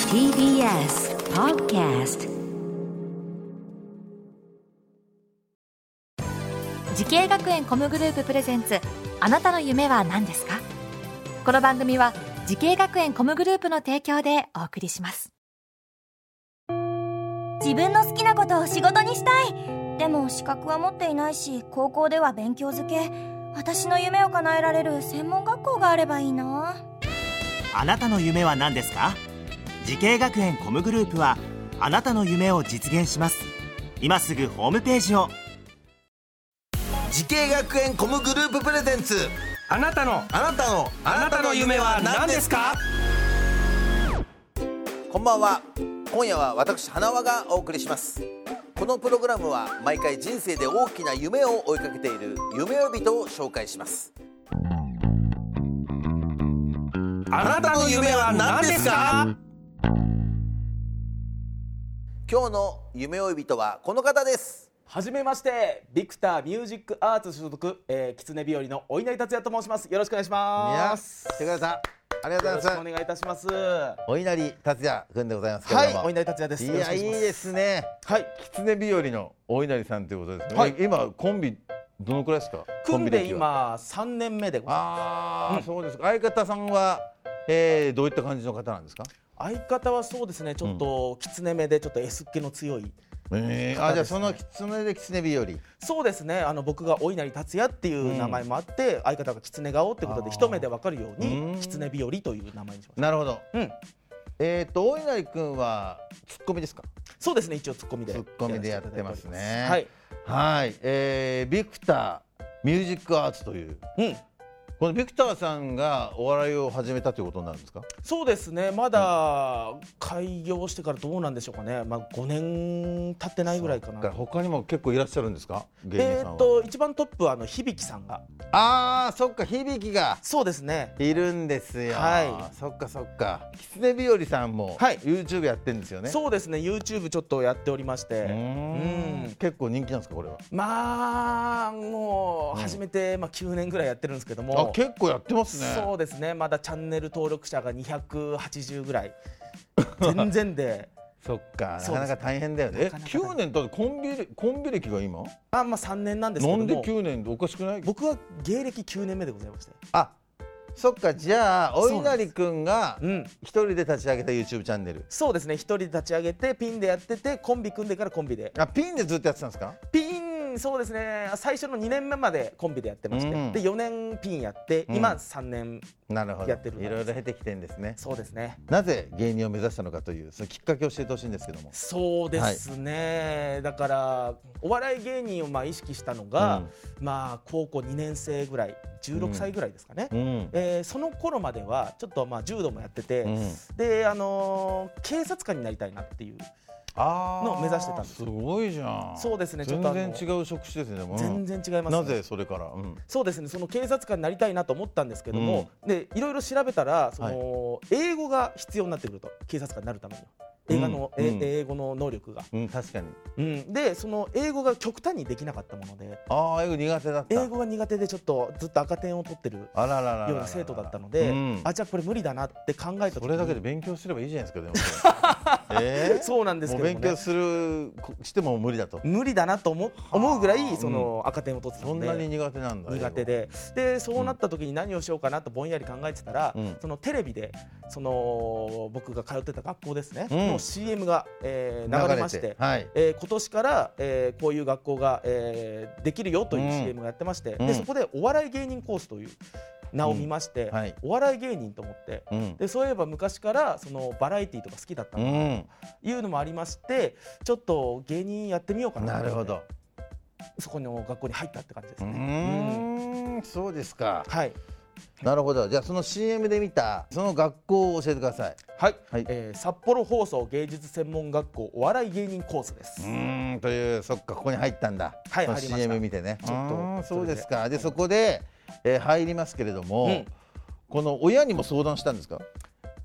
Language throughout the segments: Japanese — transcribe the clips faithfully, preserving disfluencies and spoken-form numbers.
ティービーエス Podcast。 時系学園コムグループプレゼンツ、あなたの夢は何ですか？この番組は時系学園コムグループの提供でお送りします。 自分の好きなことを仕事にしたい。でも資格は持っていないし、高校では勉強づけ。私の夢を叶えられる専門学校があればいいな。 あなたの夢は何ですか？時系学園コムグループはあなたの夢を実現します。今すぐホームページを。 時系学園コムグループプレゼンツ、 あなたのあなたのあなたの夢は何ですか？ こんばんは。今夜は私花輪がお送りします。このプログラムは毎回人生で大きな夢を追いかけている夢追い人を紹介します。 あなたの夢は何ですか？ 今日の夢追い人はこの方です。 はじめまして、ビクターミュージックアーツ所属、えー、狐日和のお稲荷達也と申します。よろしくお願いします。 手倉さん、ありがとうございます。 よろしくお願いいたします。 お稲荷達也くんでございますけれども、 はい、お稲荷達也です。 いや、いいですね。 はい、 狐日和のお稲荷さんということですね。はい、今コンビどのくらいですか？ 組んで今さんねんめでございます。 ああ、うん、そうですか。相方さんは、えー、どういった感じの方なんですか？ 相方はそうですね、ちょっと狐目でちょっと S っ気の強い、 えー、あ、じゃあその狐で狐日和。 そうですね、あの僕がお稲荷達也っていう名前もあって、うん、相方が狐顔ってことで一目で分かるように狐日和という名前にしました。 なるほど、 うん、 えっとお稲荷くんはツッコミですか？ そうですね、一応ツッコミでツッコミでやってますね。 はい、 はい、えー、ビクターミュージックアーツという、うん、このビクターさんがお笑いを始めたということになるんですか？ そうですね、まだ開業してからどうなんでしょうかね、まあ、ごねん経ってないぐらいかな。 他にも結構いらっしゃるんですか？芸人さんは。 えー、と一番トップはあの響さんが。 あー、そっか、響がそうですね、 いるんですよ。 はい、 そっかそっか。狐日和さんも、はい、YouTube やってるんですよね。 そうですね、 YouTube ちょっとやっておりまして、 うん、結構人気なんですかこれは？ まあもう始めて、まあ、きゅうねんぐらいやってるんですけども。 あ、結構やってますね。 そうですね、まだチャンネル登録者がにひゃくはちじゅうぐらい全然でそっか、なかなか大変だよね。え、きゅうねんだってコンビコンビ歴が今あ、まあ、さんねんなんですけども。 なんできゅうねんでおかしくない？ 僕は芸歴きゅうねんめでございまして。 あ、そっか、じゃあお稲荷くんがうん一人で立ち上げた YouTube チャンネル。 そうですね、一人で立ち上げてピンでやってて、コンビ組んでからコンビで。 あ、ピンでずっとやってたんですか？ ピン、そうですね、最初のにねんめまでコンビでやってまして、うん、でよねんピンやって、うん、今さんねんやってる。 いろいろ経てきてるんですね。 そうですね。 なぜ芸人を目指したのかというそのきっかけを教えてほしいんですけども。 そうですね、はい、だからお笑い芸人をまあ意識したのが、うん、まあ高校にねん生ぐらい、じゅうろくさいぐらいですかね、うん、えー、その頃まではちょっとまあ柔道もやってて、うん、で、あのー、警察官になりたいなっていうのを目指してたんです。 すごいじゃん。 そうですね、 ちょっと全然違う職種ですね。もう全然違いますね。 なぜそれから、うん、 そうですね、その警察官になりたいなと思ったんですけども、うん、でいろいろ調べたらその、はい、英語が必要になってくると、警察官になるためには映画の、うん、英語の能力が、うん、 確かに、 うん、でその英語が極端にできなかったもので。 ああ、英語苦手だった。 英語が苦手でちょっとずっと赤点を取ってるような生徒だったので、あ、じゃあこれ無理だなって考えた時に、 それだけで勉強すればいいじゃないですか。でもえー、 そうなんですけどね、 もう勉強するしても無理だと、 無理だなと思思うぐらいその赤点を取ってたので、 そんなに苦手なんだ。 苦手で、でそうなった時に何をしようかなとぼんやり考えてたら、うん、そのテレビでその僕が通ってた学校ですね、うん、の シーエム が、えー、流れまして、はい、えー、今年から、えー、こういう学校が、えー、できるよという シーエム がやってまして、うん、でそこでお笑い芸人コースという名を見まして、うん、はい、お笑い芸人と思って、うん、でそういえば昔からそのバラエティーとか好きだったのというのもありまして、ちょっと芸人やってみようかなと。なるほど。そこの学校に入ったって感じですね。 うーん、うん、そうですか。 はい、 なるほど。じゃあその シーエム で見たその学校を教えてください。 はい、はい、えー、札幌放送芸術専門学校お笑い芸人コースです。 うーん、という、そっか、ここに入ったんだ。はい、入りました。 シーエム 見てね。ちょっとそうですか。でそこで、えー、入りますけれども、うん、この親にも相談したんですか？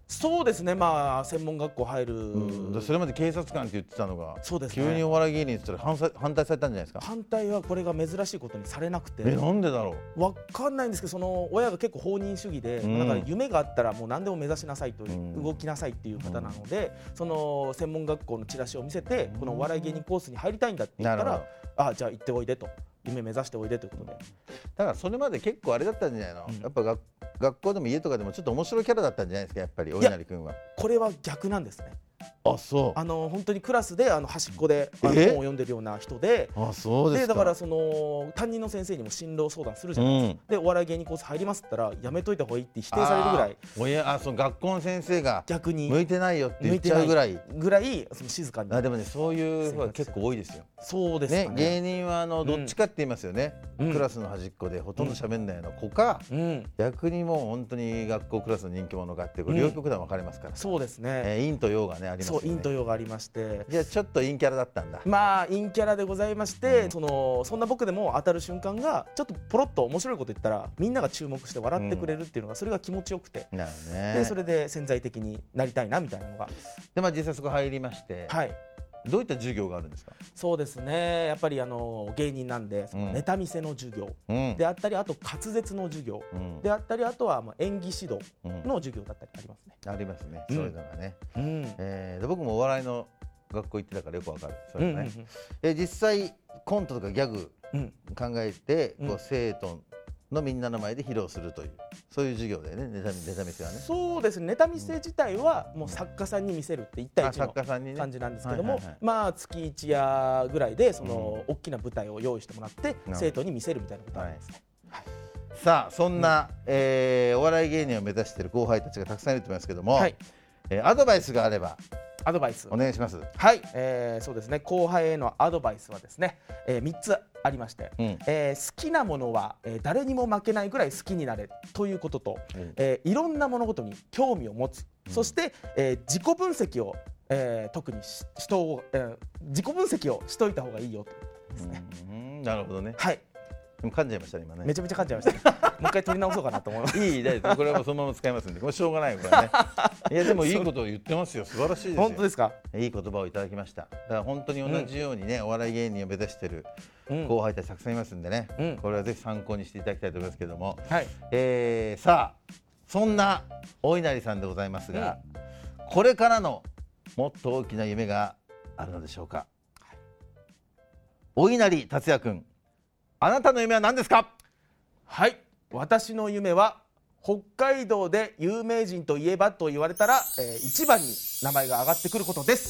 そうですね、まあ専門学校入る、 うん、それまで警察官って言ってたのがそうです、ね、 急にお笑い芸人って言ったら反, 反対されたんじゃないですか。 反対はこれが珍しいことにされなくて。 え、なんでだろう。わかんないんですけど、その親が結構放任主義で、うん、だから夢があったらもう何でも目指しなさいという、うん、動きなさいっていう方なので、うん、その専門学校のチラシを見せて、うん、このお笑い芸人コースに入りたいんだって言ったら、あ、じゃあ行っておいでと、夢目指しておいでということで。 だからそれまで結構あれだったんじゃないの、うん、やっぱ学学校でも家とかでもちょっと面白いキャラだったんじゃないですか、やっぱりお稲荷君は。 これは逆なんですね。 あ、そう。 あの本当にクラスであの端っこであの本を読んでるような人で、 あ、そうですか。 でだからその担任の先生にも進路相談するじゃないですか、うん、でお笑い芸人コース入りますって言ったらやめといた方がいいって否定されるぐらい、 おや、あ、その学校の先生が逆に向いてないよって言っちゃうぐらいぐらいその静かに。 あ、でもね、そういう人は結構多いですよ。 そうですかね。 芸人はあのどっちかって言いますよね、うん、クラスの端っこでほとんど喋んないの子か、うん、逆にもう本当に学校クラスの人気者かって両極端分かれますから、うん、 そうですね、 えー、陰と陽がねありますよね。 そう、陰と陽がありまして、 じゃあちょっと陰キャラだったんだ。 まあ陰キャラでございまして、うん、そのそんな僕でも当たる瞬間がちょっとポロッと面白いこと言ったらみんなが注目して笑ってくれるっていうのが、それが気持ちよくて、 なるほどね。 でそれで潜在的になりたいなみたいなのがで、まあ、実際そこ入りまして、はい、どういった授業があるんですか。 そうですね、やっぱりあの芸人なんでそのネタ見せの授業であったり、あと滑舌の授業であったり、あとはまあ演技指導の授業だったりありますね。 ありますね、そういうのがね、うん、えー、で僕もお笑いの学校行ってたからよくわかる。それね、うんうんうん、え実際コントとかギャグ考えて、うん、こう生徒のみんなの前で披露するという、そういう授業だよね、ネタ、ネタ見せはね。 そうですね、ネタ見せ自体はもう作家さんに見せるっていち対いちの感じなんですけども、まあ月いち夜ぐらいでその大きな舞台を用意してもらって生徒に見せるみたいなことがありますね。はい、 さあそんな、うん、えー、お笑い芸人を目指している後輩たちがたくさんいると思いますけども、はい、えー、アドバイスがあればアドバイスお願いします。 はい、えー、そうですね、後輩へのアドバイスはですね、えー、みっつありまして、うん、えー、好きなものは、えー、誰にも負けないぐらい好きになれということと、うん、えー、いろんな物事に興味を持つ、うん、そして、えー、自己分析を、えー、特にし人を、えー、自己分析をしといた方がいいよということですね。 うん、なるほどね。 はい、 でも噛んじゃいましたね今ね。 めちゃめちゃ噛んじゃいました、ね、もう一回取り直そうかなと思います。 いい大丈夫、これはもうそのまま使いますんで、これしょうがないこれね。いやでもいいことを言ってますよ、素晴らしいですよ。 本当ですか。 いい言葉をいただきました。だから本当に同じようにね、うん、お笑い芸人を目指している後輩たちたくさんいますんでね、うん、これはぜひ参考にしていただきたいと思いますけども、はい、えー、さあそんなお稲荷さんでございますが、うん、これからのもっと大きな夢があるのでしょうか。はい、お稲荷達也君、あなたの夢は何ですか。 はい、私の夢は北海道で有名人といえばと言われたら、えー、一番に名前が上がってくることです。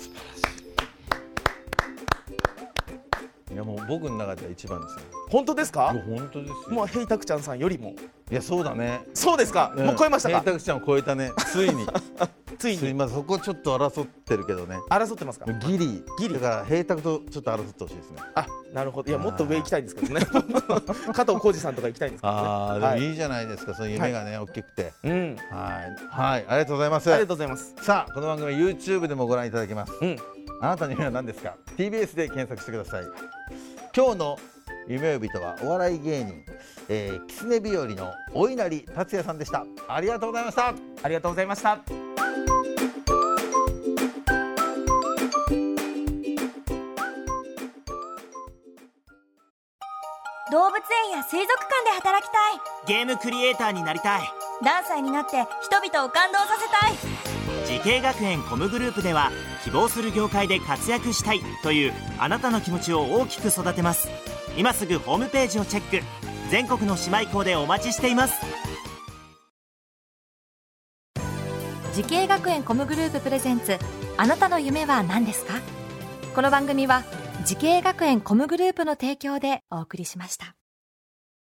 いやもう僕の中では一番ですよ。 本当ですか。 本当ですよ。 もうヘイタクちゃんさんよりも。 いやそうだね。 そうですか、うん、もう超えましたか。 ヘイタクちゃんを超えたね、ついについにまあそこちょっと争ってるけどね。 争ってますか。 ギリギリだからヘイタクとちょっと争ってほしいですね。 あ、なるほど。いやもっと上行きたいんですけどね。加藤浩次さんとか行きたいんですけどね。 ああ、でもいいじゃないですか、はい、その夢がね、はい、大きくて、うん、はいはい、ありがとうございます。 ありがとうございます。 さあこの番組は YouTube でもご覧いただけます。うん、あなたの夢は何ですか。 ティービーエス で検索してください。今日の夢呼人はお笑い芸人、えー、キツネ日和のお稲荷達也さんでした。ありがとうございました。 ありがとうございました。 動物園や水族館で働きたい。 ゲームクリエイターになりたい。 何歳になって人々を感動させたい。 時系学園コムグループでは希望する業界で活躍したいというあなたの気持ちを大きく育てます。今すぐホームページをチェック。全国の姉妹校でお待ちしています。 時系学園コムグループプレゼンツ、あなたの夢は何ですか。この番組は時系学園コムグループの提供でお送りしました。